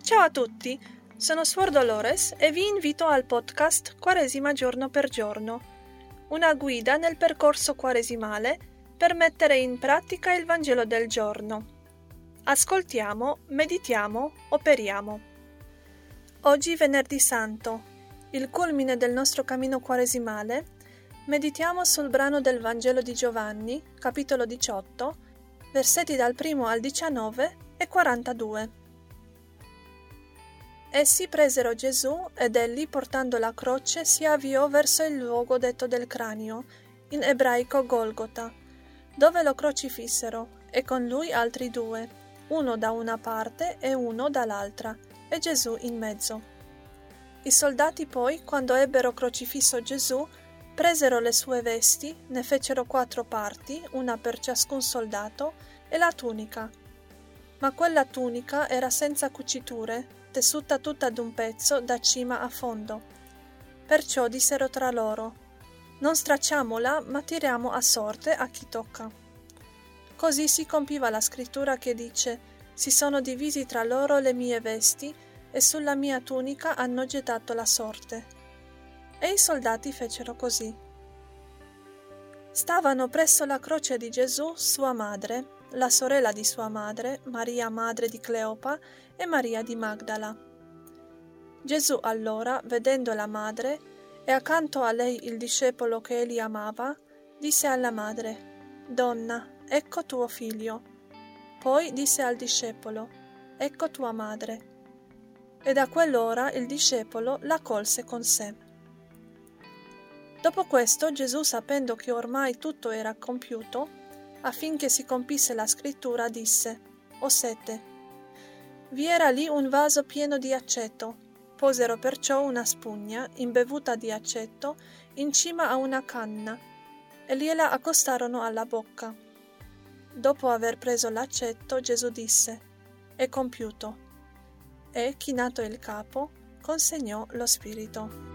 Ciao a tutti, sono Suor Dolores e vi invito al podcast Quaresima giorno per giorno, una guida nel percorso quaresimale per mettere in pratica il Vangelo del giorno. Ascoltiamo, meditiamo, operiamo. Oggi venerdì santo, il culmine del nostro cammino quaresimale, meditiamo sul brano del Vangelo di Giovanni, capitolo 18, versetti dal 1 al 19 e 42. Essi presero Gesù ed egli, portando la croce, si avviò verso il luogo detto del cranio, in ebraico Golgota, dove lo crocifissero, e con lui altri due, uno da una parte e uno dall'altra, e Gesù in mezzo. I soldati poi, quando ebbero crocifisso Gesù, presero le sue vesti, ne fecero 4 parti, una per ciascun soldato, e la tunica. Ma quella tunica era senza cuciture, tessuta tutta d'un pezzo da cima a fondo. Perciò dissero tra loro: non stracciamola, ma tiriamo a sorte a chi tocca. Così si compiva la scrittura che dice: si sono divisi tra loro le mie vesti, e sulla mia tunica hanno gettato la sorte. E i soldati fecero così. Stavano presso la croce di Gesù sua madre, la sorella di sua madre, Maria madre di Cleopa, e Maria di Magdala. Gesù allora, vedendo la madre, e accanto a lei il discepolo che egli amava, disse alla madre: Donna, ecco tuo figlio. Poi disse al discepolo: ecco tua madre. E da quell'ora il discepolo la colse con sé. Dopo questo Gesù, sapendo che ormai tutto era compiuto, affinché si compisse la scrittura, disse: ho sete. Vi era lì un vaso pieno di aceto. Posero perciò una spugna, imbevuta di aceto, in cima a una canna, e gliela accostarono alla bocca. Dopo aver preso l'aceto, Gesù disse: è compiuto. E, chinato il capo, consegnò lo spirito.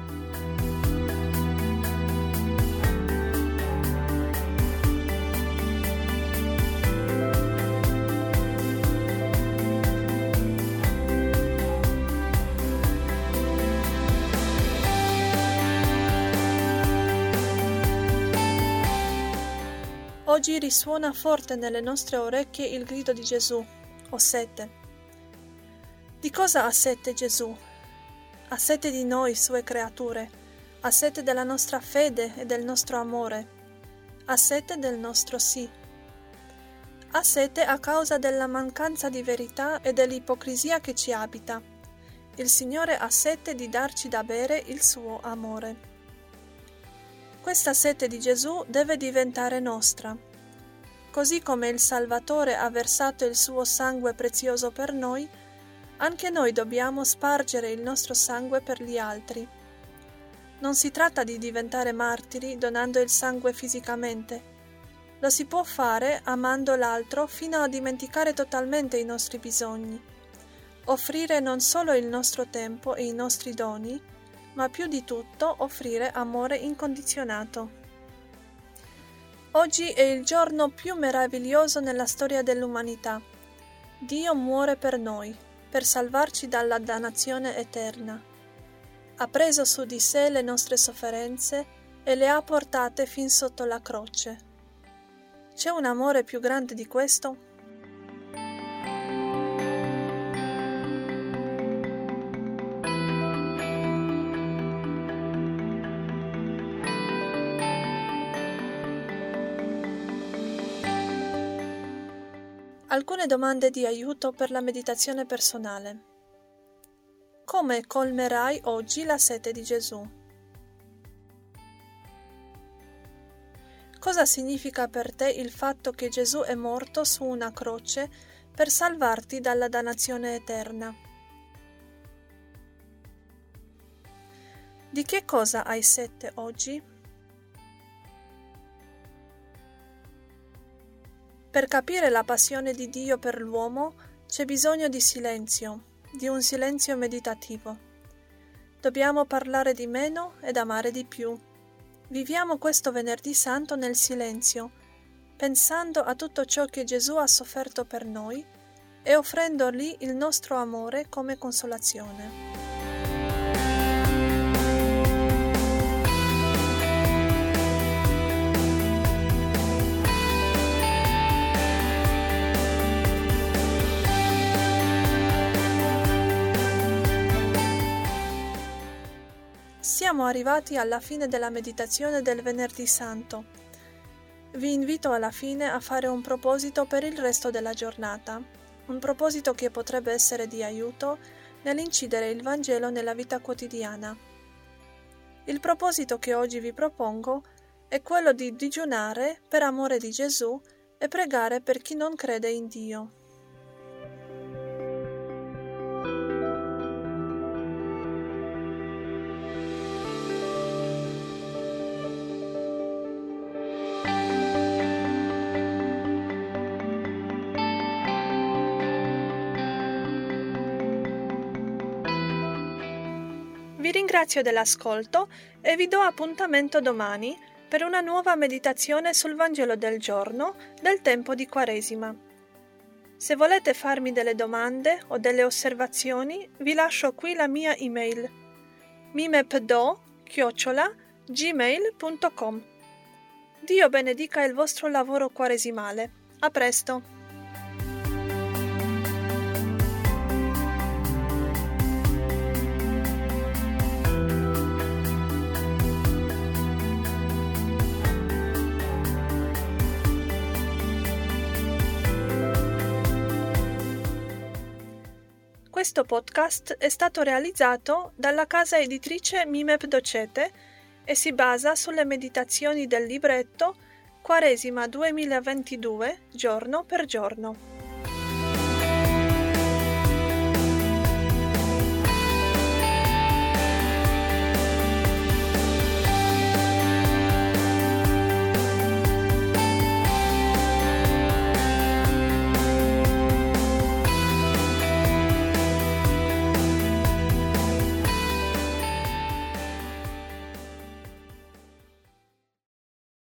Oggi risuona forte nelle nostre orecchie il grido di Gesù: ho sete. Di cosa ha sete Gesù? Ha sete di noi, sue creature, ha sete della nostra fede e del nostro amore, ha sete del nostro sì. Ha sete a causa della mancanza di verità e dell'ipocrisia che ci abita. Il Signore ha sete di darci da bere il suo amore. Questa sete di Gesù deve diventare nostra. Così come il Salvatore ha versato il suo sangue prezioso per noi, anche noi dobbiamo spargere il nostro sangue per gli altri. Non si tratta di diventare martiri donando il sangue fisicamente. Lo si può fare amando l'altro fino a dimenticare totalmente i nostri bisogni. Offrire non solo il nostro tempo e i nostri doni, ma più di tutto offrire amore incondizionato. Oggi è il giorno più meraviglioso nella storia dell'umanità. Dio muore per noi, per salvarci dalla dannazione eterna. Ha preso su di sé le nostre sofferenze e le ha portate fin sotto la croce. C'è un amore più grande di questo? Alcune domande di aiuto per la meditazione personale. Come colmerai oggi la sete di Gesù? Cosa significa per te il fatto che Gesù è morto su una croce per salvarti dalla dannazione eterna? Di che cosa hai sete oggi? Per capire la passione di Dio per l'uomo c'è bisogno di silenzio, di un silenzio meditativo. Dobbiamo parlare di meno ed amare di più. Viviamo questo venerdì santo nel silenzio, pensando a tutto ciò che Gesù ha sofferto per noi e offrendo lì il nostro amore come consolazione. Siamo arrivati alla fine della meditazione del Venerdì Santo. Vi invito alla fine a fare un proposito per il resto della giornata, un proposito che potrebbe essere di aiuto nell'incidere il Vangelo nella vita quotidiana. Il proposito che oggi vi propongo è quello di digiunare per amore di Gesù e pregare per chi non crede in Dio. Vi ringrazio dell'ascolto e vi do appuntamento domani per una nuova meditazione sul Vangelo del giorno del tempo di Quaresima. Se volete farmi delle domande o delle osservazioni, vi lascio qui la mia email mimepdo@gmail.com. Dio benedica il vostro lavoro quaresimale. A presto! Questo podcast è stato realizzato dalla casa editrice Mimep Docete e si basa sulle meditazioni del libretto Quaresima 2022, giorno per giorno.